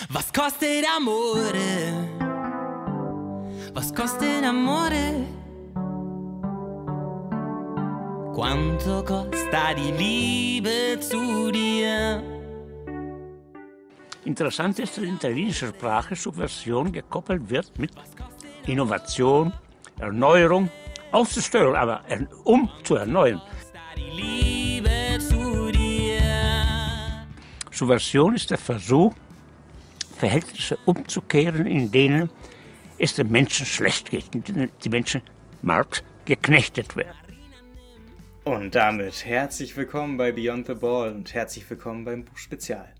Was kostet amore? Was kostet amore? Quanto costa die Liebe zu dir? Interessant ist, dass in italienischer Sprache Subversion gekoppelt wird mit Innovation, Erneuerung, auszustören, aber zu erneuern. Subversion ist der Versuch, Verhältnisse umzukehren, in denen es den Menschen schlecht geht, in denen die Menschen Marx geknechtet werden. Und damit herzlich willkommen bei Beyond the Ball und herzlich willkommen beim Buchspezial.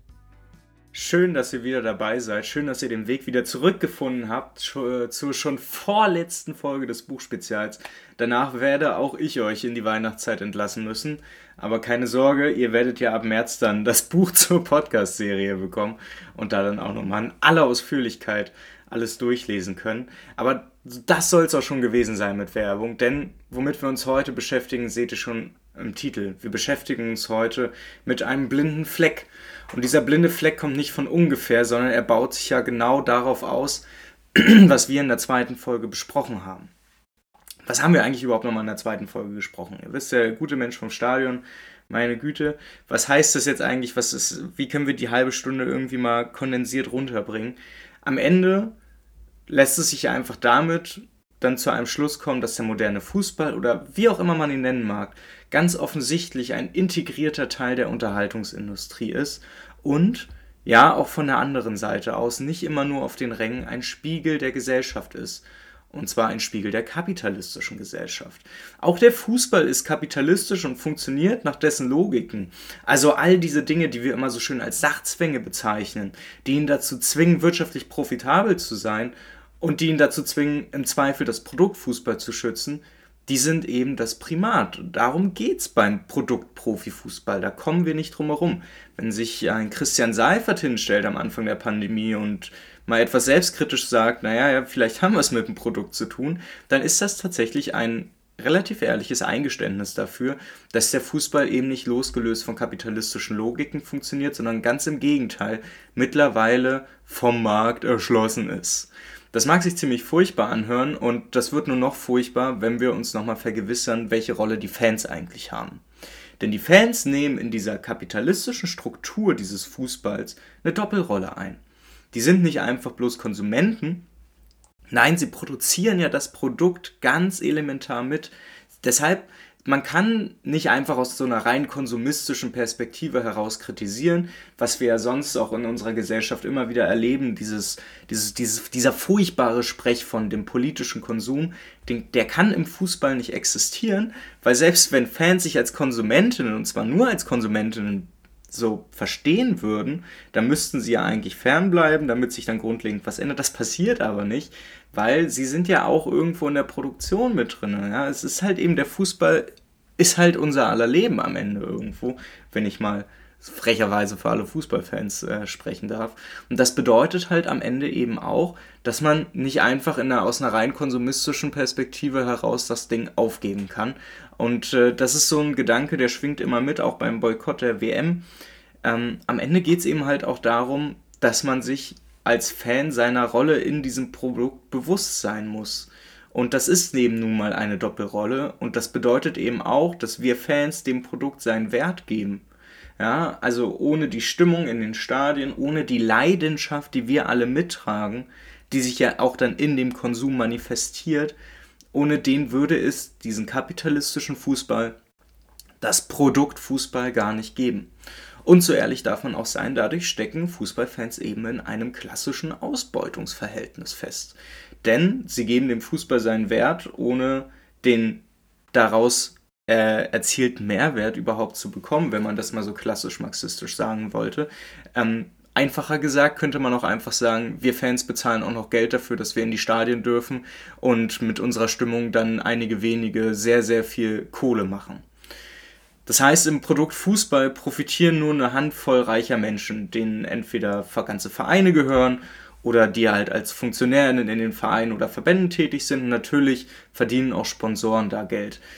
Schön, dass ihr wieder dabei seid. Schön, dass ihr den Weg wieder zurückgefunden habt zur schon vorletzten Folge des Buchspezials. Danach werde auch ich euch in die Weihnachtszeit entlassen müssen. Aber keine Sorge, ihr werdet ja ab März dann das Buch zur Podcast-Serie bekommen und da dann auch nochmal in aller Ausführlichkeit alles durchlesen können. Aber das soll es auch schon gewesen sein mit Werbung, denn womit wir uns heute beschäftigen, seht ihr schon im Titel. Wir beschäftigen uns heute mit einem blinden Fleck. Und dieser blinde Fleck kommt nicht von ungefähr, sondern er baut sich ja genau darauf aus, was wir in der zweiten Folge besprochen haben. Was haben wir eigentlich überhaupt nochmal in der zweiten Folge gesprochen? Ihr wisst, der gute Mensch vom Stadion, meine Güte, was heißt das jetzt eigentlich? Wie können wir die halbe Stunde irgendwie mal kondensiert runterbringen? Am Ende lässt es sich ja einfach damit dann zu einem Schluss kommen, dass der moderne Fußball oder wie auch immer man ihn nennen mag, ganz offensichtlich ein integrierter Teil der Unterhaltungsindustrie ist und ja auch von der anderen Seite aus nicht immer nur auf den Rängen ein Spiegel der Gesellschaft ist. Und zwar ein Spiegel der kapitalistischen Gesellschaft. Auch der Fußball ist kapitalistisch und funktioniert nach dessen Logiken. Also all diese Dinge, die wir immer so schön als Sachzwänge bezeichnen, die ihn dazu zwingen, wirtschaftlich profitabel zu sein und die ihn dazu zwingen, im Zweifel das Produkt Fußball zu schützen, die sind eben das Primat. Darum geht's beim Produkt Profifußball. Da kommen wir nicht drum herum. Wenn sich ein Christian Seifert hinstellt am Anfang der Pandemie und mal etwas selbstkritisch sagt, naja, vielleicht haben wir es mit dem Produkt zu tun, dann ist das tatsächlich ein relativ ehrliches Eingeständnis dafür, dass der Fußball eben nicht losgelöst von kapitalistischen Logiken funktioniert, sondern ganz im Gegenteil mittlerweile vom Markt erschlossen ist. Das mag sich ziemlich furchtbar anhören und das wird nur noch furchtbar, wenn wir uns nochmal vergewissern, welche Rolle die Fans eigentlich haben. Denn die Fans nehmen in dieser kapitalistischen Struktur dieses Fußballs eine Doppelrolle ein. Die sind nicht einfach bloß Konsumenten, nein, sie produzieren ja das Produkt ganz elementar mit. Deshalb, man kann nicht einfach aus so einer rein konsumistischen Perspektive heraus kritisieren, was wir ja sonst auch in unserer Gesellschaft immer wieder erleben, dieser furchtbare Sprech von dem politischen Konsum, der kann im Fußball nicht existieren, weil selbst wenn Fans sich als Konsumentinnen, und zwar nur als Konsumentinnen, so verstehen würden, dann müssten sie ja eigentlich fernbleiben, damit sich dann grundlegend was ändert. Das passiert aber nicht, weil sie sind ja auch irgendwo in der Produktion mit drin. Ja? Es ist halt eben, der Fußball ist halt unser aller Leben am Ende irgendwo, wenn ich mal frecherweise für alle Fußballfans sprechen darf. Und das bedeutet halt am Ende eben auch, dass man nicht einfach aus einer rein konsumistischen Perspektive heraus das Ding aufgeben kann. Und das ist so ein Gedanke, der schwingt immer mit, auch beim Boykott der WM. Am Ende geht es eben halt auch darum, dass man sich als Fan seiner Rolle in diesem Produkt bewusst sein muss. Und das ist eben nun mal eine Doppelrolle. Und das bedeutet eben auch, dass wir Fans dem Produkt seinen Wert geben. Ja, also ohne die Stimmung in den Stadien, ohne die Leidenschaft, die wir alle mittragen, die sich ja auch dann in dem Konsum manifestiert, ohne den würde es diesen kapitalistischen Fußball, das Produkt Fußball gar nicht geben. Und so ehrlich darf man auch sein, dadurch stecken Fußballfans eben in einem klassischen Ausbeutungsverhältnis fest. Denn sie geben dem Fußball seinen Wert, ohne den daraus erzielten Mehrwert überhaupt zu bekommen, wenn man das mal so klassisch marxistisch sagen wollte. Einfacher gesagt könnte man auch einfach sagen, wir Fans bezahlen auch noch Geld dafür, dass wir in die Stadien dürfen und mit unserer Stimmung dann einige wenige sehr, sehr viel Kohle machen. Das heißt, im Produkt Fußball profitieren nur eine Handvoll reicher Menschen, denen entweder ganze Vereine gehören oder die halt als Funktionärinnen in den Vereinen oder Verbänden tätig sind. Und natürlich verdienen auch Sponsoren da Geld.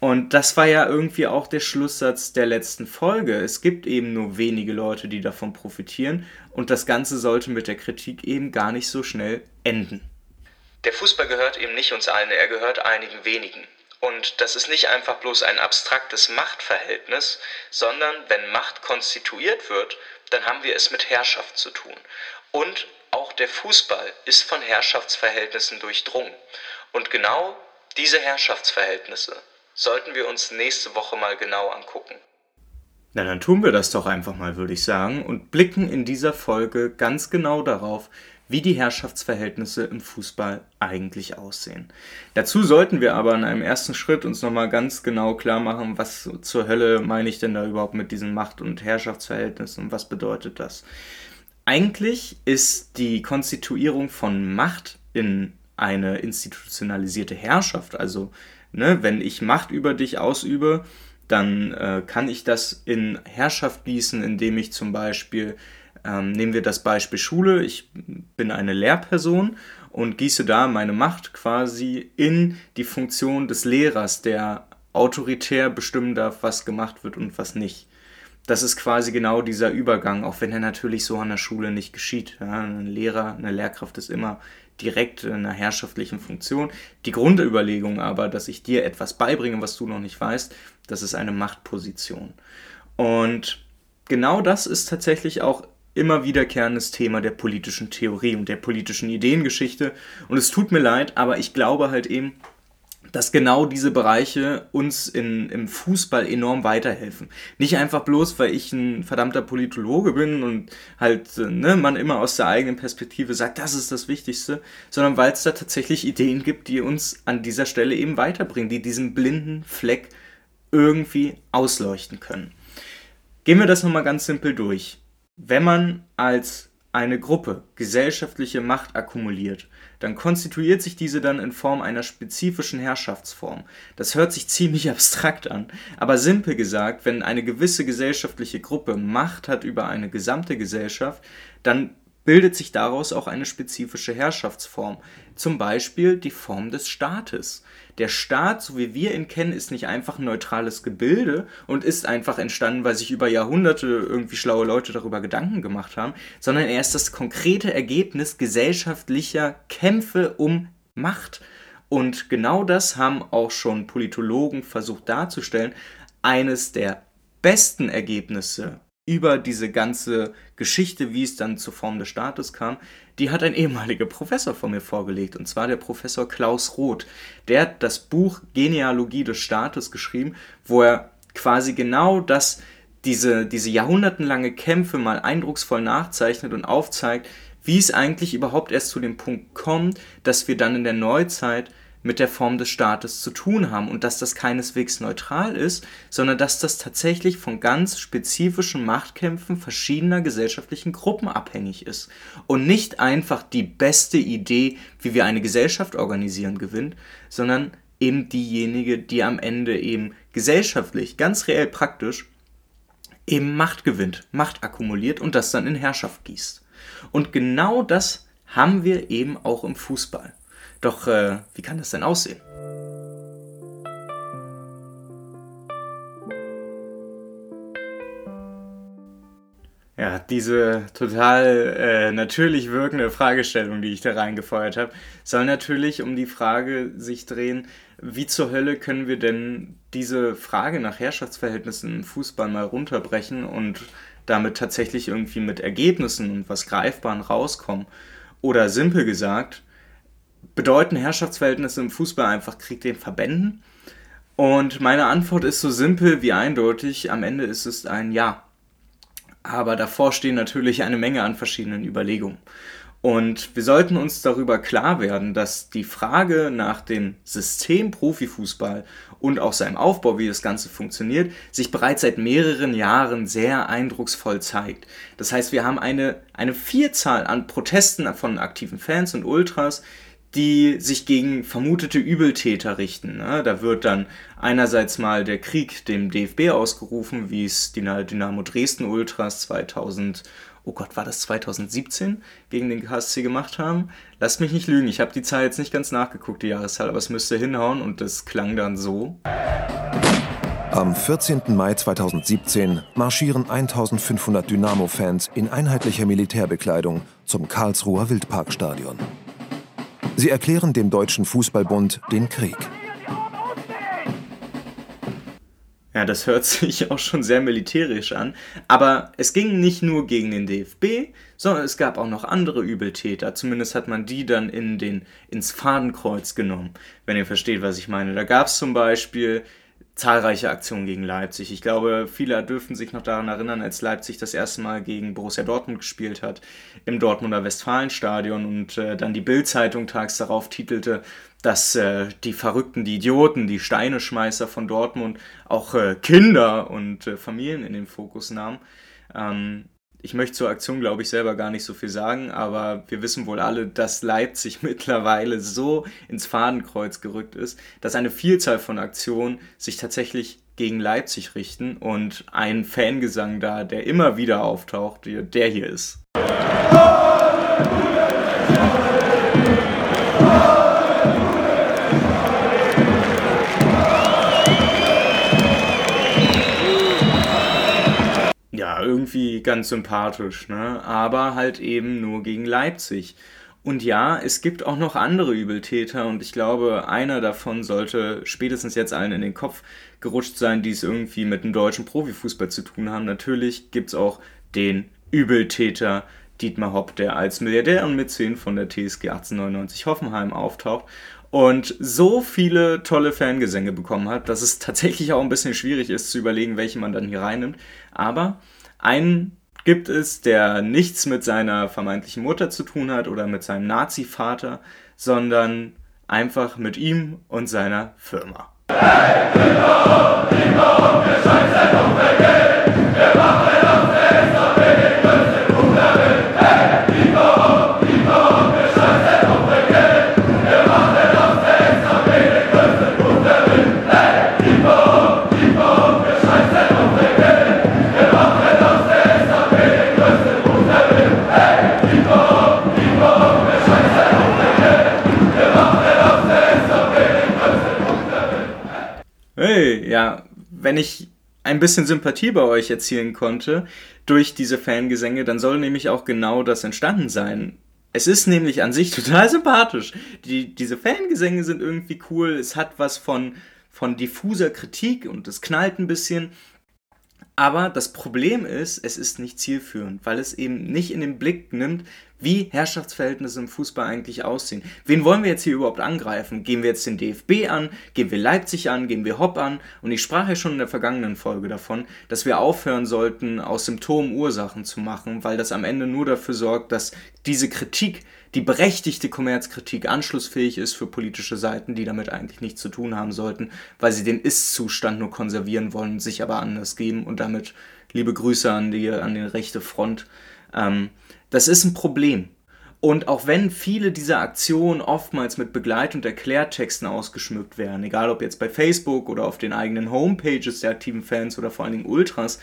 Und das war ja irgendwie auch der Schlusssatz der letzten Folge. Es gibt eben nur wenige Leute, die davon profitieren und das Ganze sollte mit der Kritik eben gar nicht so schnell enden. Der Fußball gehört eben nicht uns allen, er gehört einigen wenigen. Und das ist nicht einfach bloß ein abstraktes Machtverhältnis, sondern wenn Macht konstituiert wird, dann haben wir es mit Herrschaft zu tun. Und auch der Fußball ist von Herrschaftsverhältnissen durchdrungen. Und genau diese Herrschaftsverhältnisse sollten wir uns nächste Woche mal genau angucken. Na, dann tun wir das doch einfach mal, würde ich sagen, und blicken in dieser Folge ganz genau darauf, wie die Herrschaftsverhältnisse im Fußball eigentlich aussehen. Dazu sollten wir aber in einem ersten Schritt uns nochmal ganz genau klar machen, was zur Hölle meine ich denn da überhaupt mit diesen Macht- und Herrschaftsverhältnissen und was bedeutet das? Eigentlich ist die Konstituierung von Macht in eine institutionalisierte Herrschaft, also wenn ich Macht über dich ausübe, dann kann ich das in Herrschaft gießen, indem ich zum Beispiel, nehmen wir das Beispiel Schule, ich bin eine Lehrperson und gieße da meine Macht quasi in die Funktion des Lehrers, der autoritär bestimmen darf, was gemacht wird und was nicht. Das ist quasi genau dieser Übergang, auch wenn er natürlich so an der Schule nicht geschieht. Ja, ein Lehrer, eine Lehrkraft ist immer direkt in einer herrschaftlichen Funktion. Die Grundüberlegung aber, dass ich dir etwas beibringe, was du noch nicht weißt, das ist eine Machtposition. Und genau das ist tatsächlich auch immer wiederkehrendes Thema der politischen Theorie und der politischen Ideengeschichte. Und es tut mir leid, aber ich glaube halt eben, dass genau diese Bereiche uns im Fußball enorm weiterhelfen. Nicht einfach bloß, weil ich ein verdammter Politologe bin und halt man immer aus der eigenen Perspektive sagt, das ist das Wichtigste, sondern weil es da tatsächlich Ideen gibt, die uns an dieser Stelle eben weiterbringen, die diesen blinden Fleck irgendwie ausleuchten können. Gehen wir das nochmal ganz simpel durch. Wenn man als eine Gruppe gesellschaftliche Macht akkumuliert, dann konstituiert sich diese dann in Form einer spezifischen Herrschaftsform. Das hört sich ziemlich abstrakt an, aber simpel gesagt, wenn eine gewisse gesellschaftliche Gruppe Macht hat über eine gesamte Gesellschaft, dann bildet sich daraus auch eine spezifische Herrschaftsform, zum Beispiel die Form des Staates. Der Staat, so wie wir ihn kennen, ist nicht einfach ein neutrales Gebilde und ist einfach entstanden, weil sich über Jahrhunderte irgendwie schlaue Leute darüber Gedanken gemacht haben, sondern er ist das konkrete Ergebnis gesellschaftlicher Kämpfe um Macht. Und genau das haben auch schon Politologen versucht darzustellen. Eines der besten Ergebnisse über diese ganze Geschichte, wie es dann zur Form des Staates kam, die hat ein ehemaliger Professor von mir vorgelegt, und zwar der Professor Klaus Roth. Der hat das Buch Genealogie des Staates geschrieben, wo er quasi genau diese jahrhundertelange Kämpfe mal eindrucksvoll nachzeichnet und aufzeigt, wie es eigentlich überhaupt erst zu dem Punkt kommt, dass wir dann in der Neuzeit mit der Form des Staates zu tun haben und dass das keineswegs neutral ist, sondern dass das tatsächlich von ganz spezifischen Machtkämpfen verschiedener gesellschaftlichen Gruppen abhängig ist und nicht einfach die beste Idee, wie wir eine Gesellschaft organisieren, gewinnt, sondern eben diejenige, die am Ende eben gesellschaftlich, ganz reell praktisch, eben Macht gewinnt, Macht akkumuliert und das dann in Herrschaft gießt. Und genau das haben wir eben auch im Fußball. Doch wie kann das denn aussehen? Ja, diese total natürlich wirkende Fragestellung, die ich da reingefeuert habe, soll natürlich um die Frage sich drehen, wie zur Hölle können wir denn diese Frage nach Herrschaftsverhältnissen im Fußball mal runterbrechen und damit tatsächlich irgendwie mit Ergebnissen und was Greifbaren rauskommen? Oder simpel gesagt, bedeuten Herrschaftsverhältnisse im Fußball einfach Krieg den Verbänden? Und meine Antwort ist so simpel wie eindeutig, am Ende ist es ein Ja. Aber davor stehen natürlich eine Menge an verschiedenen Überlegungen. Und wir sollten uns darüber klar werden, dass die Frage nach dem System Profifußball und auch seinem Aufbau, wie das Ganze funktioniert, sich bereits seit mehreren Jahren sehr eindrucksvoll zeigt. Das heißt, wir haben eine Vielzahl an Protesten von aktiven Fans und Ultras, die sich gegen vermutete Übeltäter richten. Da wird dann einerseits mal der Krieg dem DFB ausgerufen, wie es die Dynamo Dresden Ultras 2009 oh Gott, war das 2017, gegen den KSC gemacht haben? Lasst mich nicht lügen, ich habe die Zahl jetzt nicht ganz nachgeguckt, die Jahreszahl, aber es müsste hinhauen und das klang dann so. Am 14. Mai 2017 marschieren 1500 Dynamo-Fans in einheitlicher Militärbekleidung zum Karlsruher Wildparkstadion. Sie erklären dem Deutschen Fußballbund den Krieg. Ja, das hört sich auch schon sehr militärisch an, aber es ging nicht nur gegen den DFB, sondern es gab auch noch andere Übeltäter, zumindest hat man die dann ins Fadenkreuz genommen, wenn ihr versteht, was ich meine. Da gab es zum Beispiel zahlreiche Aktionen gegen Leipzig. Ich glaube, viele dürfen sich noch daran erinnern, als Leipzig das erste Mal gegen Borussia Dortmund gespielt hat, im Dortmunder Westfalenstadion und dann die Bild-Zeitung tags darauf titelte, dass die Verrückten, die Idioten, die Steineschmeißer von Dortmund auch Kinder und Familien in den Fokus nahmen. Ich möchte zur Aktion, glaube ich, selber gar nicht so viel sagen, aber wir wissen wohl alle, dass Leipzig mittlerweile so ins Fadenkreuz gerückt ist, dass eine Vielzahl von Aktionen sich tatsächlich gegen Leipzig richten und ein Fangesang da, der immer wieder auftaucht, der hier ist. Ja, irgendwie ganz sympathisch, ne? Aber halt eben nur gegen Leipzig. Und ja, es gibt auch noch andere Übeltäter und ich glaube, einer davon sollte spätestens jetzt allen in den Kopf gerutscht sein, die es irgendwie mit dem deutschen Profifußball zu tun haben. Natürlich gibt es auch den Übeltäter Dietmar Hopp, der als Milliardär und Mäzen von der TSG 1899 Hoffenheim auftaucht und so viele tolle Fangesänge bekommen hat, dass es tatsächlich auch ein bisschen schwierig ist zu überlegen, welche man dann hier reinnimmt. Aber einen gibt es, der nichts mit seiner vermeintlichen Mutter zu tun hat oder mit seinem Nazi-Vater, sondern einfach mit ihm und seiner Firma. Hey, ja, wenn ich ein bisschen Sympathie bei euch erzielen konnte durch diese Fangesänge, dann soll nämlich auch genau das entstanden sein. Es ist nämlich an sich total sympathisch. Diese Fangesänge sind irgendwie cool, es hat was von diffuser Kritik und es knallt ein bisschen. Aber das Problem ist, es ist nicht zielführend, weil es eben nicht in den Blick nimmt, wie Herrschaftsverhältnisse im Fußball eigentlich aussehen. Wen wollen wir jetzt hier überhaupt angreifen? Gehen wir jetzt den DFB an? Gehen wir Leipzig an? Gehen wir Hopp an? Und ich sprach ja schon in der vergangenen Folge davon, dass wir aufhören sollten, aus Symptomen Ursachen zu machen, weil das am Ende nur dafür sorgt, dass diese Kritik, die berechtigte Kommerzkritik, anschlussfähig ist für politische Seiten, die damit eigentlich nichts zu tun haben sollten, weil sie den Ist-Zustand nur konservieren wollen, sich aber anders geben und damit liebe Grüße an die rechte Front. Das ist ein Problem. Und auch wenn viele dieser Aktionen oftmals mit Begleit- und Erklärtexten ausgeschmückt werden, egal ob jetzt bei Facebook oder auf den eigenen Homepages der aktiven Fans oder vor allen Dingen Ultras,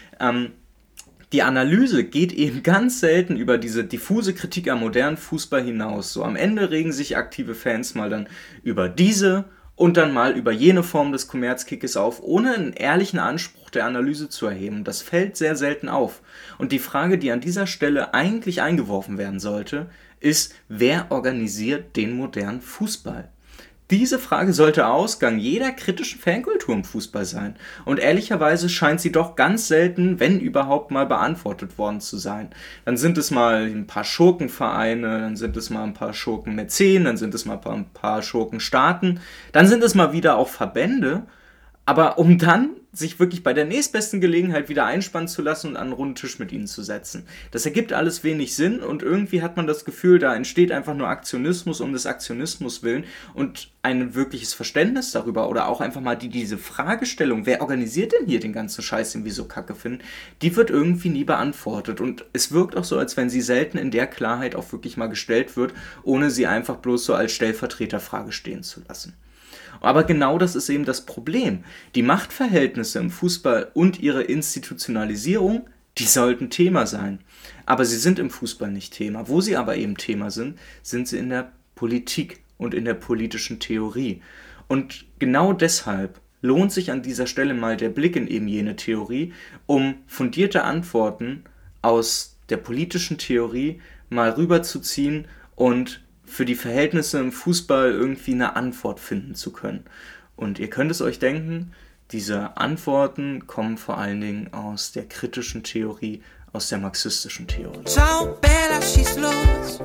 die Analyse geht eben ganz selten über diese diffuse Kritik am modernen Fußball hinaus. So am Ende regen sich aktive Fans mal dann über diese und dann mal über jene Form des Kommerzkickes auf, ohne einen ehrlichen Anspruch der Analyse zu erheben. Das fällt sehr selten auf. Und die Frage, die an dieser Stelle eigentlich eingeworfen werden sollte, ist, wer organisiert den modernen Fußball? Diese Frage sollte Ausgang jeder kritischen Fankultur im Fußball sein. Und ehrlicherweise scheint sie doch ganz selten, wenn überhaupt mal beantwortet worden zu sein. Dann sind es mal ein paar Schurkenvereine, dann sind es mal ein paar Schurkenmäzen, dann sind es mal ein paar Schurkenstaaten, dann sind es mal wieder auch Verbände. Aber um dann sich wirklich bei der nächstbesten Gelegenheit wieder einspannen zu lassen und an einen runden Tisch mit ihnen zu setzen. Das ergibt alles wenig Sinn und irgendwie hat man das Gefühl, da entsteht einfach nur Aktionismus um des Aktionismus willen und ein wirkliches Verständnis darüber oder auch einfach mal diese Fragestellung, wer organisiert denn hier den ganzen Scheiß, den wir so kacke finden, die wird irgendwie nie beantwortet und es wirkt auch so, als wenn sie selten in der Klarheit auch wirklich mal gestellt wird, ohne sie einfach bloß so als Stellvertreterfrage stehen zu lassen. Aber genau das ist eben das Problem. Die Machtverhältnisse im Fußball und ihre Institutionalisierung Die sollten Thema sein. Aber sie sind im Fußball nicht Thema. Wo sie aber eben Thema sind, sind sie in der Politik und in der politischen Theorie. Und genau deshalb lohnt sich an dieser Stelle mal der Blick in eben jene Theorie, um fundierte Antworten aus der politischen Theorie mal rüberzuziehen und für die Verhältnisse im Fußball irgendwie eine Antwort finden zu können. Und ihr könnt es euch denken, diese Antworten kommen vor allen Dingen aus der kritischen Theorie, aus der marxistischen Theorie. Ciao, Bella, schieß los.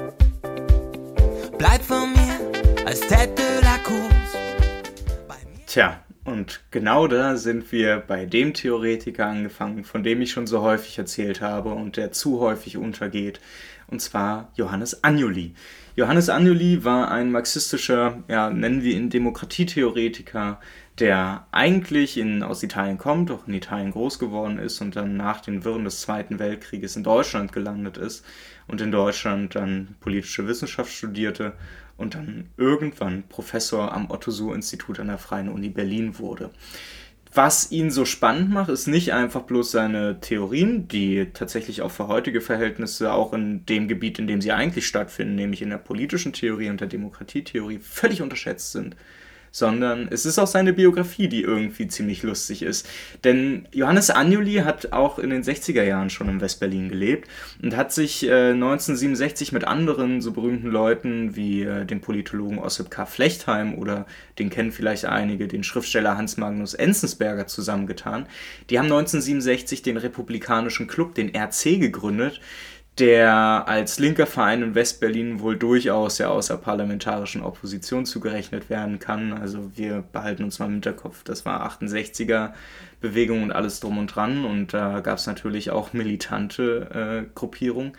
Bleib von mir als Tête de la Course. Tja, und genau da sind wir bei dem Theoretiker angefangen, von dem ich schon so häufig erzählt habe und der zu häufig untergeht, und zwar Johannes Anjuli. Johannes Anjuli war ein marxistischer, nennen wir ihn Demokratietheoretiker, der eigentlich aus Italien kommt, auch in Italien groß geworden ist und dann nach den Wirren des Zweiten Weltkrieges in Deutschland gelandet ist und in Deutschland dann politische Wissenschaft studierte und dann irgendwann Professor am Otto-Suhr-Institut an der Freien Uni Berlin wurde. Was ihn so spannend macht, ist nicht einfach bloß seine Theorien, die tatsächlich auch für heutige Verhältnisse auch in dem Gebiet, in dem sie eigentlich stattfinden, nämlich in der politischen Theorie und der Demokratietheorie, völlig unterschätzt sind, sondern es ist auch seine Biografie, die irgendwie ziemlich lustig ist. Denn Johannes Anjuli hat auch in den 60er Jahren schon in West-Berlin gelebt und hat sich 1967 mit anderen so berühmten Leuten wie dem Politologen Ossip K. Flechtheim oder den kennen vielleicht einige, den Schriftsteller Hans Magnus Enzensberger zusammengetan. Die haben 1967 den Republikanischen Club, den RC, gegründet, der als linker Verein in West-Berlin wohl durchaus der außerparlamentarischen Opposition zugerechnet werden kann. Also wir behalten uns mal im Hinterkopf, das war 68er-Bewegung und alles drum und dran und da gab es natürlich auch militante Gruppierungen.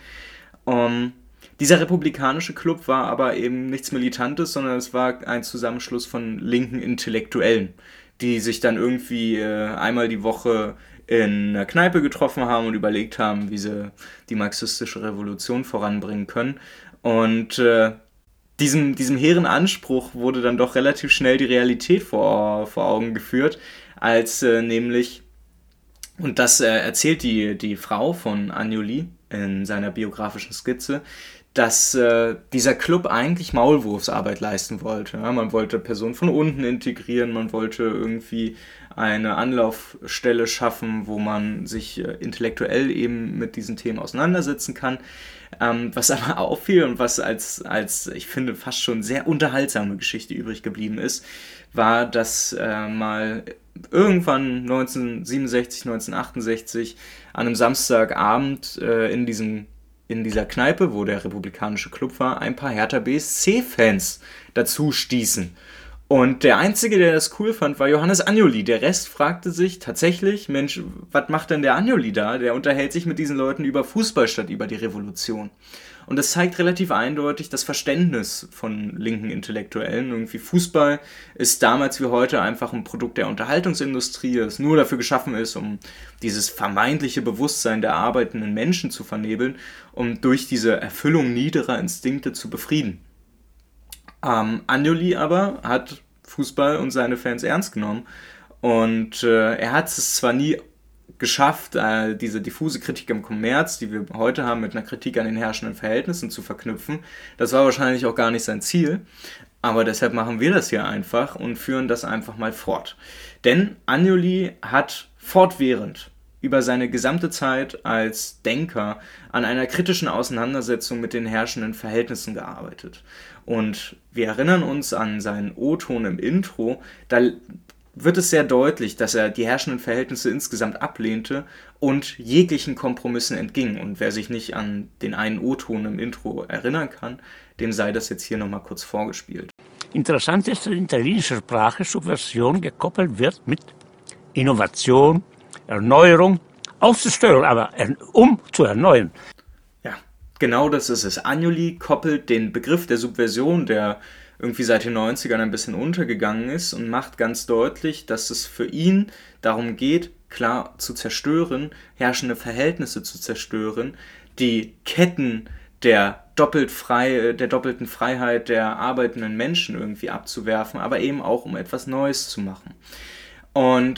Dieser republikanische Club war aber eben nichts Militantes, sondern es war ein Zusammenschluss von linken Intellektuellen, die sich dann irgendwie einmal die Woche in einer Kneipe getroffen haben und überlegt haben, wie sie die marxistische Revolution voranbringen können. Und diesem hehren Anspruch wurde dann doch relativ schnell die Realität vor Augen geführt, als nämlich, und das erzählt die Frau von Anjuli in seiner biografischen Skizze, dass dieser Club eigentlich Maulwurfsarbeit leisten wollte. Ja, man wollte Personen von unten integrieren, man wollte irgendwie eine Anlaufstelle schaffen, wo man sich intellektuell eben mit diesen Themen auseinandersetzen kann. Was aber auffiel und was als ich finde, fast schon sehr unterhaltsame Geschichte übrig geblieben ist, war, dass mal irgendwann 1967, 1968 an einem Samstagabend in dieser Kneipe, wo der republikanische Club war, ein paar Hertha BSC-Fans dazu stießen. Und der Einzige, der das cool fand, war Johannes Anjuli. Der Rest fragte sich tatsächlich, Mensch, was macht denn der Anjuli da? Der unterhält sich mit diesen Leuten über Fußball statt über die Revolution. Und das zeigt relativ eindeutig das Verständnis von linken Intellektuellen. Irgendwie Fußball ist damals wie heute einfach ein Produkt der Unterhaltungsindustrie, das nur dafür geschaffen ist, um dieses vermeintliche Bewusstsein der arbeitenden Menschen zu vernebeln, um durch diese Erfüllung niederer Instinkte zu befrieden. Anjuli aber hat Fußball und seine Fans ernst genommen und er hat es zwar nie geschafft, diese diffuse Kritik am Kommerz, die wir heute haben, mit einer Kritik an den herrschenden Verhältnissen zu verknüpfen. Das war wahrscheinlich auch gar nicht sein Ziel, aber deshalb machen wir das hier einfach und führen das einfach mal fort. Denn Anjuli hat fortwährend über seine gesamte Zeit als Denker an einer kritischen Auseinandersetzung mit den herrschenden Verhältnissen gearbeitet. Und wir erinnern uns an seinen O-Ton im Intro, da wird es sehr deutlich, dass er die herrschenden Verhältnisse insgesamt ablehnte und jeglichen Kompromissen entging. Und wer sich nicht an den einen O-Ton im Intro erinnern kann, dem sei das jetzt hier nochmal kurz vorgespielt. Interessant ist, dass in italienischer Sprache Subversion gekoppelt wird mit Innovation, Erneuerung, aufzustören, aber um zu erneuern. Ja, genau das ist es. Anjuli koppelt den Begriff der Subversion, der irgendwie seit den 90ern ein bisschen untergegangen ist, und macht ganz deutlich, dass es für ihn darum geht, klar zu zerstören, herrschende Verhältnisse zu zerstören, die Ketten der doppelten Freiheit der arbeitenden Menschen irgendwie abzuwerfen, aber eben auch um etwas Neues zu machen. Und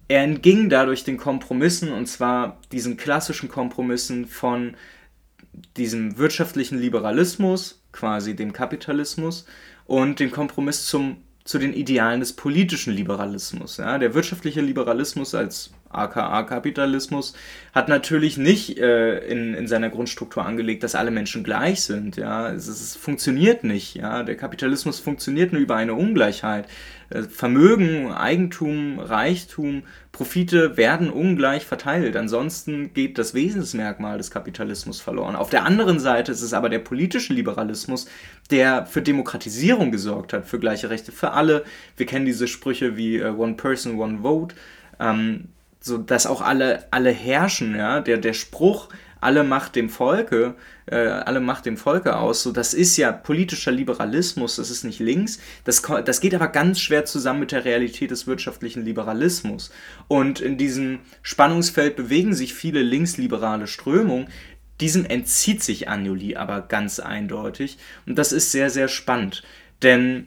er entging dadurch den Kompromissen, und zwar diesen klassischen Kompromissen von diesem wirtschaftlichen Liberalismus, quasi dem Kapitalismus, und den Kompromiss zu den Idealen des politischen Liberalismus. Ja, der wirtschaftliche Liberalismus als aka Kapitalismus hat natürlich nicht in seiner Grundstruktur angelegt, dass alle Menschen gleich sind. Ja, es funktioniert nicht. Ja, der Kapitalismus funktioniert nur über eine Ungleichheit. Vermögen, Eigentum, Reichtum, Profite werden ungleich verteilt. Ansonsten geht das Wesensmerkmal des Kapitalismus verloren. Auf der anderen Seite ist es aber der politische Liberalismus, der für Demokratisierung gesorgt hat, für gleiche Rechte für alle. Wir kennen diese Sprüche wie One Person, One Vote, so dass auch alle herrschen. Ja? Der Spruch, alle Macht dem Volke aus, so das ist ja politischer Liberalismus, das ist nicht links, das geht aber ganz schwer zusammen mit der Realität des wirtschaftlichen Liberalismus. Und in diesem Spannungsfeld bewegen sich viele linksliberale Strömungen, diesem entzieht sich Anjoly aber ganz eindeutig, und das ist sehr, sehr spannend, denn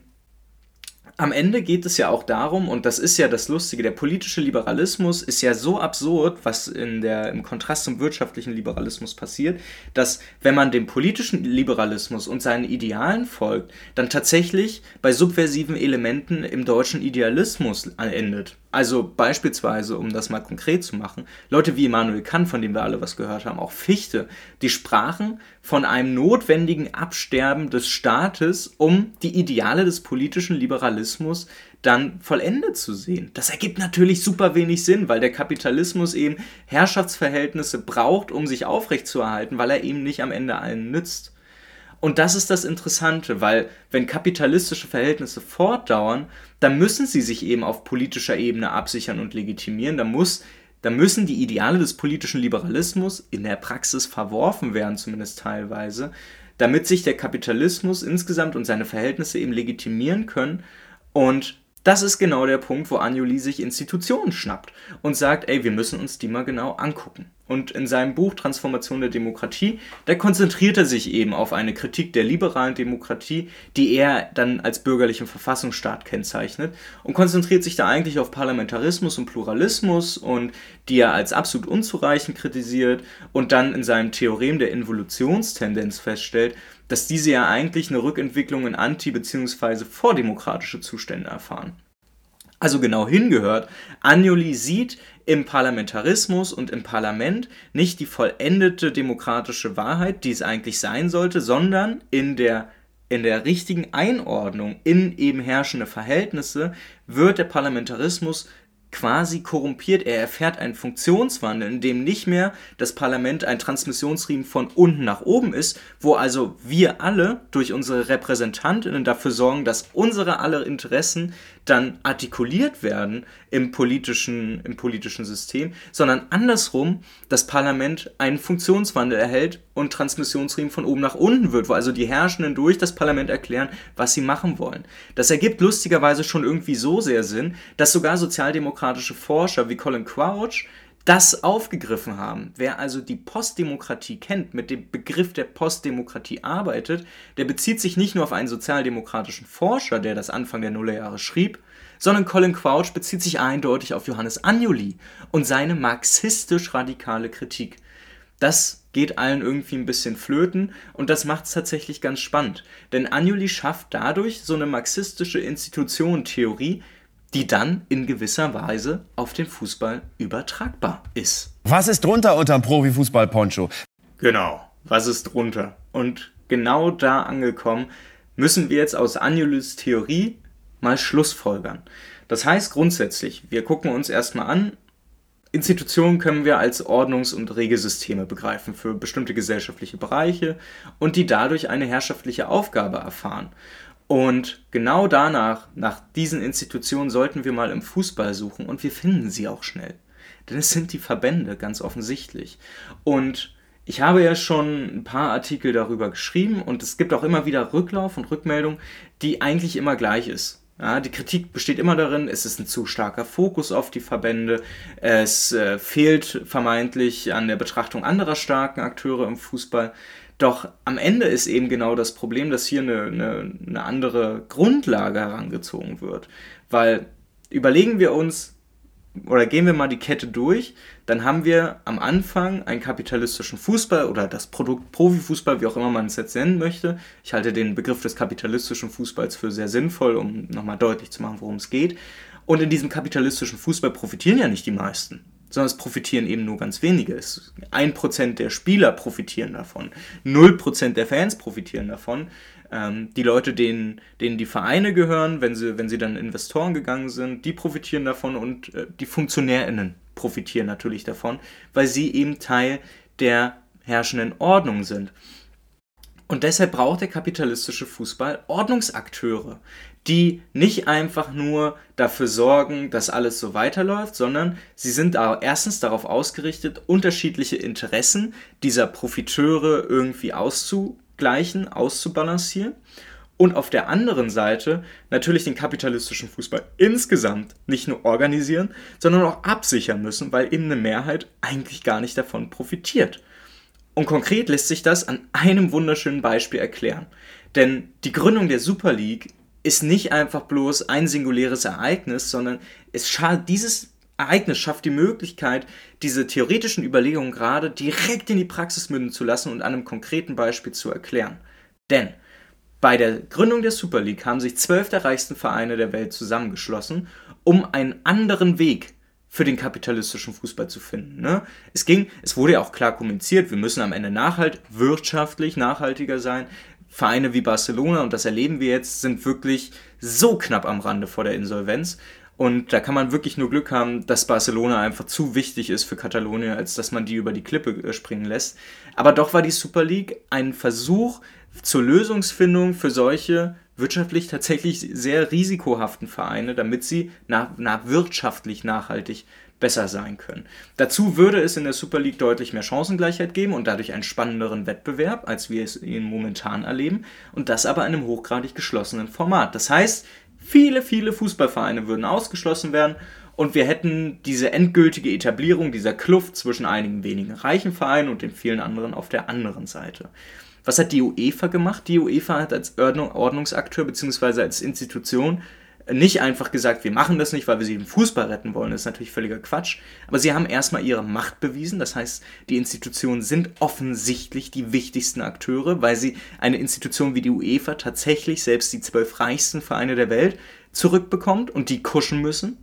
am Ende geht es ja auch darum, und das ist ja das Lustige, der politische Liberalismus ist ja so absurd, was im Kontrast zum wirtschaftlichen Liberalismus passiert, dass wenn man dem politischen Liberalismus und seinen Idealen folgt, dann tatsächlich bei subversiven Elementen im deutschen Idealismus endet. Also beispielsweise, um das mal konkret zu machen, Leute wie Immanuel Kant, von dem wir alle was gehört haben, auch Fichte, die sprachen von einem notwendigen Absterben des Staates, um die Ideale des politischen Liberalismus dann vollendet zu sehen. Das ergibt natürlich super wenig Sinn, weil der Kapitalismus eben Herrschaftsverhältnisse braucht, um sich aufrechtzuerhalten, weil er eben nicht am Ende allen nützt. Und das ist das Interessante, weil wenn kapitalistische Verhältnisse fortdauern, dann müssen sie sich eben auf politischer Ebene absichern und legitimieren. Da müssen die Ideale des politischen Liberalismus in der Praxis verworfen werden, zumindest teilweise, damit sich der Kapitalismus insgesamt und seine Verhältnisse eben legitimieren können. Und das ist genau der Punkt, wo Anjoly sich Institutionen schnappt und sagt, ey, wir müssen uns die mal genau angucken. Und in seinem Buch Transformation der Demokratie, da konzentriert er sich eben auf eine Kritik der liberalen Demokratie, die er dann als bürgerlichen Verfassungsstaat kennzeichnet, und konzentriert sich da eigentlich auf Parlamentarismus und Pluralismus, und die er als absolut unzureichend kritisiert, und dann in seinem Theorem der Involutionstendenz feststellt, dass diese ja eigentlich eine Rückentwicklung in anti- bzw. vordemokratische Zustände erfahren. Also genau hingehört, Anjoly sieht im Parlamentarismus und im Parlament nicht die vollendete demokratische Wahrheit, die es eigentlich sein sollte, sondern in der richtigen Einordnung in eben herrschende Verhältnisse wird der Parlamentarismus quasi korrumpiert. Er erfährt einen Funktionswandel, in dem nicht mehr das Parlament ein Transmissionsriemen von unten nach oben ist, wo also wir alle durch unsere RepräsentantInnen dafür sorgen, dass unsere aller Interessen dann artikuliert werden im politischen System, sondern andersrum das Parlament einen Funktionswandel erhält und Transmissionsriemen von oben nach unten wird, wo also die Herrschenden durch das Parlament erklären, was sie machen wollen. Das ergibt lustigerweise schon irgendwie so sehr Sinn, dass sogar sozialdemokratische Forscher wie Colin Crouch das aufgegriffen haben. Wer also die Postdemokratie kennt, mit dem Begriff der Postdemokratie arbeitet, der bezieht sich nicht nur auf einen sozialdemokratischen Forscher, der das Anfang der Nullerjahre schrieb, sondern Colin Crouch bezieht sich eindeutig auf Johannes Anjoly und seine marxistisch-radikale Kritik. Das geht allen irgendwie ein bisschen flöten, und das macht es tatsächlich ganz spannend. Denn Anjoly schafft dadurch so eine marxistische Institutionentheorie, die dann in gewisser Weise auf den Fußball übertragbar ist. Was ist drunter unterm Profifußball-Poncho? Genau, was ist drunter? Und genau da angekommen, müssen wir jetzt aus Anjolys Theorie mal schlussfolgern. Das heißt grundsätzlich, wir gucken uns erstmal an, Institutionen können wir als Ordnungs- und Regelsysteme begreifen für bestimmte gesellschaftliche Bereiche und die dadurch eine herrschaftliche Aufgabe erfahren. Und genau danach, nach diesen Institutionen, sollten wir mal im Fußball suchen, und wir finden sie auch schnell. Denn es sind die Verbände, ganz offensichtlich. Und ich habe ja schon ein paar Artikel darüber geschrieben, und es gibt auch immer wieder Rücklauf und Rückmeldung, die eigentlich immer gleich ist. Ja, die Kritik besteht immer darin, es ist ein zu starker Fokus auf die Verbände, es fehlt vermeintlich an der Betrachtung anderer starken Akteure im Fußball. Doch am Ende ist eben genau das Problem, dass hier eine andere Grundlage herangezogen wird. Weil überlegen wir uns, gehen wir mal die Kette durch, dann haben wir am Anfang einen kapitalistischen Fußball oder das Produkt Profifußball, wie auch immer man es jetzt nennen möchte. Ich halte den Begriff des kapitalistischen Fußballs für sehr sinnvoll, um nochmal deutlich zu machen, worum es geht. Und in diesem kapitalistischen Fußball profitieren ja nicht die meisten, sondern es profitieren eben nur ganz wenige. 1% der Spieler profitieren davon, 0% der Fans profitieren davon. Die Leute, denen die Vereine gehören, wenn sie dann Investoren gegangen sind, die profitieren davon und die FunktionärInnen profitieren natürlich davon, weil sie eben Teil der herrschenden Ordnung sind. Und deshalb braucht der kapitalistische Fußball Ordnungsakteure, die nicht einfach nur dafür sorgen, dass alles so weiterläuft, sondern sie sind erstens darauf ausgerichtet, unterschiedliche Interessen dieser Profiteure irgendwie auszugleichen, auszubalancieren und auf der anderen Seite natürlich den kapitalistischen Fußball insgesamt nicht nur organisieren, sondern auch absichern müssen, weil eben eine Mehrheit eigentlich gar nicht davon profitiert. Und konkret lässt sich das an einem wunderschönen Beispiel erklären. Denn die Gründung der Super League ist nicht einfach bloß ein singuläres Ereignis, sondern dieses Ereignis schafft die Möglichkeit, diese theoretischen Überlegungen gerade direkt in die Praxis münden zu lassen und an einem konkreten Beispiel zu erklären. Denn bei der Gründung der Super League haben sich 12 der reichsten Vereine der Welt zusammengeschlossen, um einen anderen Weg für den kapitalistischen Fußball zu finden. Ne? Es wurde ja auch klar kommuniziert, wir müssen am Ende wirtschaftlich nachhaltiger sein. Vereine wie Barcelona, und das erleben wir jetzt, sind wirklich so knapp am Rande vor der Insolvenz. Und da kann man wirklich nur Glück haben, dass Barcelona einfach zu wichtig ist für Katalonien, als dass man die über die Klippe springen lässt. Aber doch war die Super League ein Versuch zur Lösungsfindung für solche wirtschaftlich tatsächlich sehr risikohaften Vereine, damit sie wirtschaftlich nachhaltig besser sein können. Dazu würde es in der Super League deutlich mehr Chancengleichheit geben und dadurch einen spannenderen Wettbewerb, als wir es momentan erleben, und das aber in einem hochgradig geschlossenen Format. Das heißt, viele Fußballvereine würden ausgeschlossen werden und wir hätten diese endgültige Etablierung dieser Kluft zwischen einigen wenigen reichen Vereinen und den vielen anderen auf der anderen Seite. Was hat die UEFA gemacht? Die UEFA hat als Ordnungsakteur bzw. als Institution nicht einfach gesagt, wir machen das nicht, weil wir sie den Fußball retten wollen. Das ist natürlich völliger Quatsch. Aber sie haben erstmal ihre Macht bewiesen. Das heißt, die Institutionen sind offensichtlich die wichtigsten Akteure, weil sie eine Institution wie die UEFA tatsächlich selbst die 12 reichsten Vereine der Welt zurückbekommt und die kuschen müssen.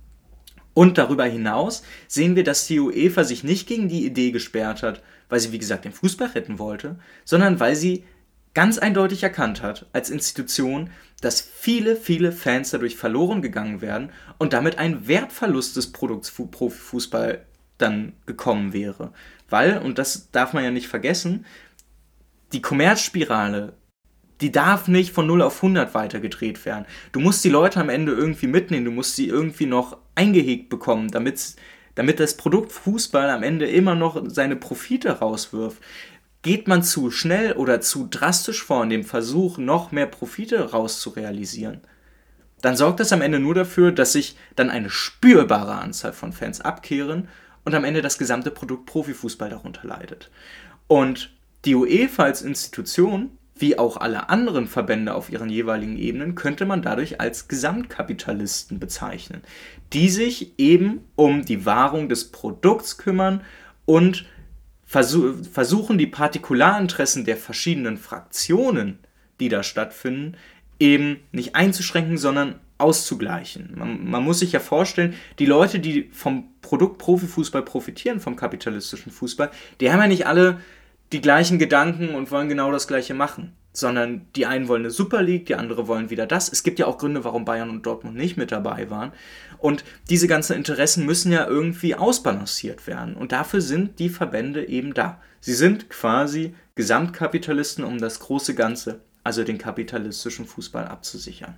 Und darüber hinaus sehen wir, dass die UEFA sich nicht gegen die Idee gesperrt hat, weil sie, wie gesagt, den Fußball retten wollte, sondern weil sie ganz eindeutig erkannt hat, als Institution, dass viele Fans dadurch verloren gegangen wären und damit ein Wertverlust des Produkts Profifußball dann gekommen wäre. Weil, und das darf man ja nicht vergessen, die Kommerzspirale, die darf nicht von 0 auf 100 weitergedreht werden. Du musst die Leute am Ende irgendwie mitnehmen, du musst sie irgendwie noch eingehegt bekommen, damit das Produkt Fußball am Ende immer noch seine Profite rauswirft. Geht man zu schnell oder zu drastisch vor in dem Versuch, noch mehr Profite rauszurealisieren, dann sorgt das am Ende nur dafür, dass sich dann eine spürbare Anzahl von Fans abkehren und am Ende das gesamte Produkt Profifußball darunter leidet. Und die UEFA als Institution, wie auch alle anderen Verbände auf ihren jeweiligen Ebenen, könnte man dadurch als Gesamtkapitalisten bezeichnen, die sich eben um die Wahrung des Produkts kümmern und versuchen, die Partikularinteressen der verschiedenen Fraktionen, die da stattfinden, eben nicht einzuschränken, sondern auszugleichen. Man muss sich ja vorstellen, die Leute, die vom Produkt Profifußball profitieren, vom kapitalistischen Fußball, die haben ja nicht alle die gleichen Gedanken und wollen genau das Gleiche machen, sondern die einen wollen eine Super League, die andere wollen wieder das. Es gibt ja auch Gründe, warum Bayern und Dortmund nicht mit dabei waren. Und diese ganzen Interessen müssen ja irgendwie ausbalanciert werden. Und dafür sind die Verbände eben da. Sie sind quasi Gesamtkapitalisten, um das große Ganze, also den kapitalistischen Fußball, abzusichern.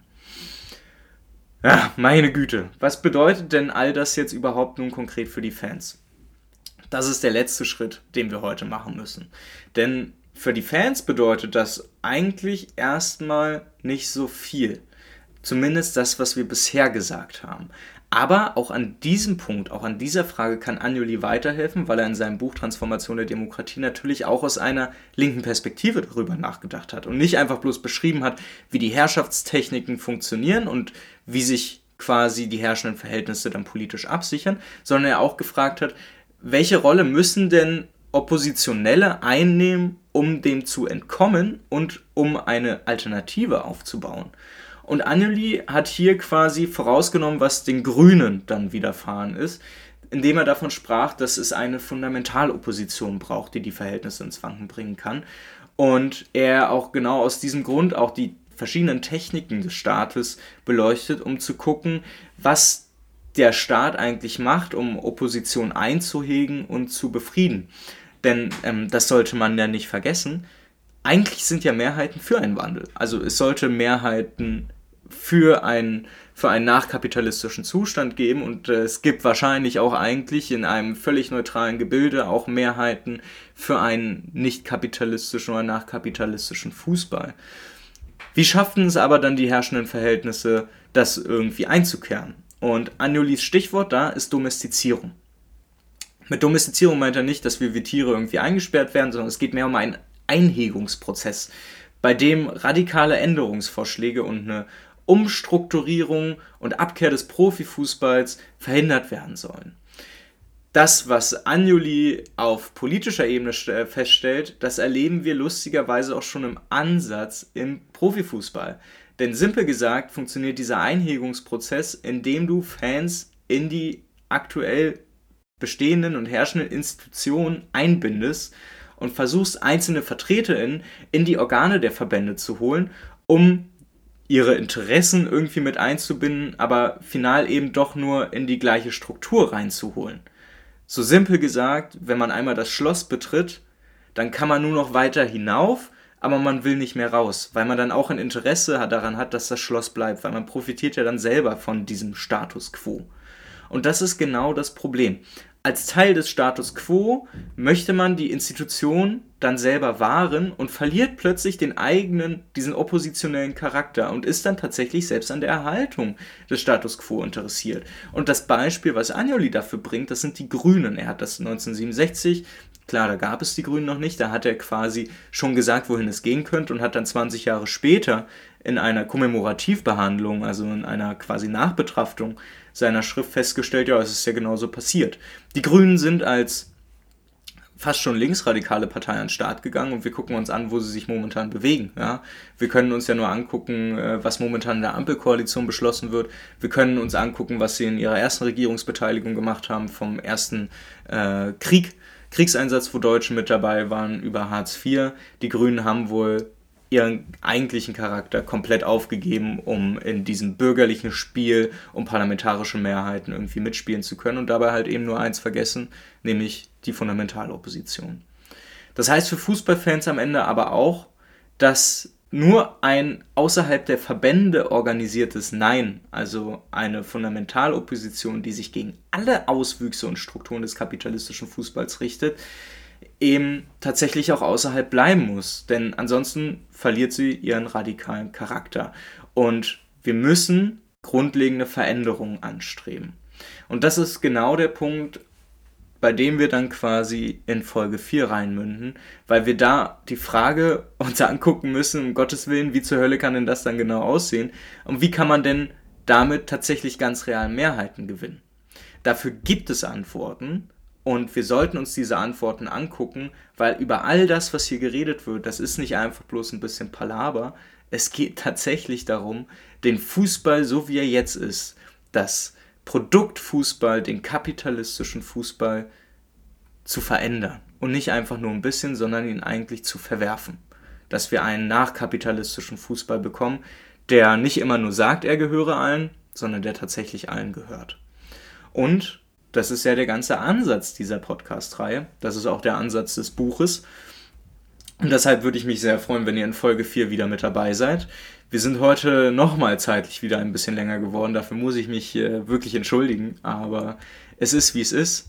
Ja, meine Güte. Was bedeutet denn all das jetzt überhaupt nun konkret für die Fans? Das ist der letzte Schritt, den wir heute machen müssen. Denn für die Fans bedeutet das eigentlich erstmal nicht so viel. Zumindest das, was wir bisher gesagt haben. Aber auch an diesem Punkt, auch an dieser Frage kann Agnoli weiterhelfen, weil er in seinem Buch Transformation der Demokratie natürlich auch aus einer linken Perspektive darüber nachgedacht hat und nicht einfach bloß beschrieben hat, wie die Herrschaftstechniken funktionieren und wie sich quasi die herrschenden Verhältnisse dann politisch absichern, sondern er auch gefragt hat, welche Rolle müssen denn Oppositionelle einnehmen, um dem zu entkommen und um eine Alternative aufzubauen. Und Anjoly hat hier quasi vorausgenommen, was den Grünen dann widerfahren ist, indem er davon sprach, dass es eine Fundamentalopposition braucht, die die Verhältnisse ins Wanken bringen kann. Und er auch genau aus diesem Grund auch die verschiedenen Techniken des Staates beleuchtet, um zu gucken, was der Staat eigentlich macht, um Opposition einzuhegen und zu befrieden. Denn das sollte man ja nicht vergessen. Eigentlich sind ja Mehrheiten für einen Wandel. Also es sollte Mehrheiten für einen nachkapitalistischen Zustand geben und es gibt wahrscheinlich auch eigentlich in einem völlig neutralen Gebilde auch Mehrheiten für einen nicht kapitalistischen oder nachkapitalistischen Fußball. Wie schafften es aber dann die herrschenden Verhältnisse, das irgendwie einzukehren? Und Anjolys Stichwort da ist Domestizierung. Mit Domestizierung meint er nicht, dass wir wie Tiere irgendwie eingesperrt werden, sondern es geht mehr um einen Einhegungsprozess, bei dem radikale Änderungsvorschläge und eine Umstrukturierung und Abkehr des Profifußballs verhindert werden sollen. Das, was Anjoly auf politischer Ebene feststellt, das erleben wir lustigerweise auch schon im Ansatz im Profifußball. Denn simpel gesagt funktioniert dieser Einhegungsprozess, indem du Fans in die aktuell bestehenden und herrschenden Institutionen einbindest und versuchst, einzelne VertreterInnen in die Organe der Verbände zu holen, um ihre Interessen irgendwie mit einzubinden, aber final eben doch nur in die gleiche Struktur reinzuholen. So simpel gesagt, wenn man einmal das Schloss betritt, dann kann man nur noch weiter hinauf, aber man will nicht mehr raus, weil man dann auch ein Interesse daran hat, dass das Schloss bleibt, weil man profitiert ja dann selber von diesem Status quo. Und das ist genau das Problem. Als Teil des Status quo möchte man die Institution dann selber wahren und verliert plötzlich diesen oppositionellen Charakter und ist dann tatsächlich selbst an der Erhaltung des Status quo interessiert. Und das Beispiel, was Anjoly dafür bringt, das sind die Grünen. Er hat das 1967, klar, da gab es die Grünen noch nicht, da hat er quasi schon gesagt, wohin es gehen könnte und hat dann 20 Jahre später in einer Kommemorativbehandlung, also in einer quasi Nachbetrachtung seiner Schrift festgestellt, ja, es ist ja genauso passiert. Die Grünen sind als fast schon linksradikale Partei an den Start gegangen und wir gucken uns an, wo sie sich momentan bewegen. Ja? Wir können uns ja nur angucken, was momentan in der Ampelkoalition beschlossen wird. Wir können uns angucken, was sie in ihrer ersten Regierungsbeteiligung gemacht haben vom ersten Kriegseinsatz, wo Deutsche mit dabei waren, über Hartz IV. Die Grünen haben wohl ihren eigentlichen Charakter komplett aufgegeben, um in diesem bürgerlichen Spiel um parlamentarische Mehrheiten irgendwie mitspielen zu können und dabei halt eben nur eins vergessen, nämlich die Fundamentalopposition. Das heißt für Fußballfans am Ende aber auch, dass nur ein außerhalb der Verbände organisiertes Nein, also eine Fundamentalopposition, die sich gegen alle Auswüchse und Strukturen des kapitalistischen Fußballs richtet, eben tatsächlich auch außerhalb bleiben muss, denn ansonsten verliert sie ihren radikalen Charakter und wir müssen grundlegende Veränderungen anstreben. Und das ist genau der Punkt, bei dem wir dann quasi in Folge 4 reinmünden, weil wir da die Frage uns angucken müssen, um Gottes Willen, wie zur Hölle kann denn das dann genau aussehen und wie kann man denn damit tatsächlich ganz real Mehrheiten gewinnen? Dafür gibt es Antworten. Und wir sollten uns diese Antworten angucken, weil über all das, was hier geredet wird, das ist nicht einfach bloß ein bisschen Palaver. Es geht tatsächlich darum, den Fußball, so wie er jetzt ist, das Produkt Fußball, den kapitalistischen Fußball zu verändern. Und nicht einfach nur ein bisschen, sondern ihn eigentlich zu verwerfen. Dass wir einen nachkapitalistischen Fußball bekommen, der nicht immer nur sagt, er gehöre allen, sondern der tatsächlich allen gehört. Und das ist ja der ganze Ansatz dieser Podcast-Reihe. Das ist auch der Ansatz des Buches. Und deshalb würde ich mich sehr freuen, wenn ihr in Folge 4 wieder mit dabei seid. Wir sind heute nochmal zeitlich wieder ein bisschen länger geworden. Dafür muss ich mich wirklich entschuldigen. Aber es ist, wie es ist.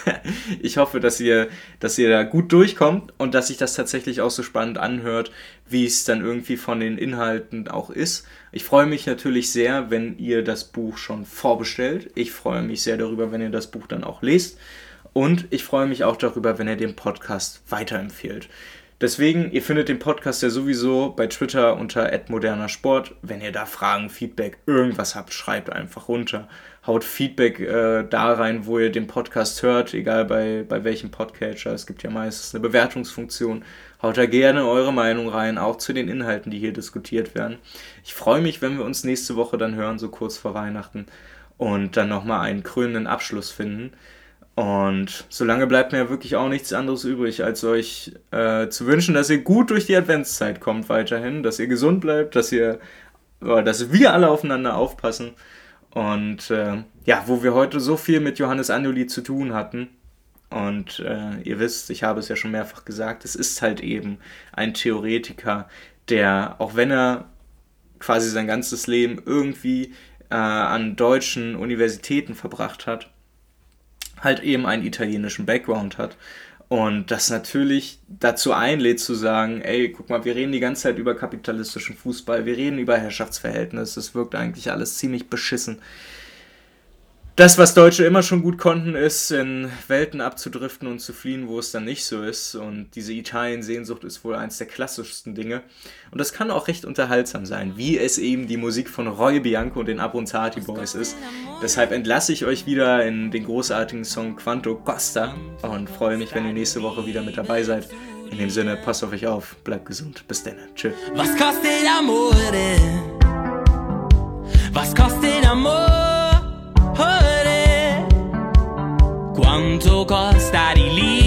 Ich hoffe, dass ihr da gut durchkommt und dass sich das tatsächlich auch so spannend anhört, wie es dann irgendwie von den Inhalten auch ist. Ich freue mich natürlich sehr, wenn ihr das Buch schon vorbestellt. Ich freue mich sehr darüber, wenn ihr das Buch dann auch lest. Und ich freue mich auch darüber, wenn ihr den Podcast weiterempfehlt. Deswegen, ihr findet den Podcast ja sowieso bei Twitter unter @modernersport. Wenn ihr da Fragen, Feedback, irgendwas habt, schreibt einfach runter. Haut Feedback da rein, wo ihr den Podcast hört, egal bei welchem Podcatcher. Es gibt ja meistens eine Bewertungsfunktion. Haut da gerne eure Meinung rein, auch zu den Inhalten, die hier diskutiert werden. Ich freue mich, wenn wir uns nächste Woche dann hören, so kurz vor Weihnachten, und dann nochmal einen krönenden Abschluss finden. Und solange bleibt mir wirklich auch nichts anderes übrig, als euch zu wünschen, dass ihr gut durch die Adventszeit kommt weiterhin, dass ihr gesund bleibt, dass wir alle aufeinander aufpassen. Und wo wir heute so viel mit Johannes Anjuli zu tun hatten, und ihr wisst, ich habe es ja schon mehrfach gesagt, es ist halt eben ein Theoretiker, der, auch wenn er quasi sein ganzes Leben irgendwie an deutschen Universitäten verbracht hat, halt eben einen italienischen Background hat und das natürlich dazu einlädt zu sagen, ey, guck mal, wir reden die ganze Zeit über kapitalistischen Fußball, wir reden über Herrschaftsverhältnisse, es wirkt eigentlich alles ziemlich beschissen. Das, was Deutsche immer schon gut konnten, ist, in Welten abzudriften und zu fliehen, wo es dann nicht so ist. Und diese Italien-Sehnsucht ist wohl eins der klassischsten Dinge. Und das kann auch recht unterhaltsam sein, wie es eben die Musik von Roy Bianco und den Abronzati Boys ist. Deshalb entlasse ich euch wieder in den großartigen Song Quanto Costa und freue mich, wenn ihr nächste Woche wieder mit dabei seid. In dem Sinne, passt auf euch auf, bleibt gesund. Bis dann. Tschüss. Was kostet Amore? Was kostet Amore? Quanto costa di lì?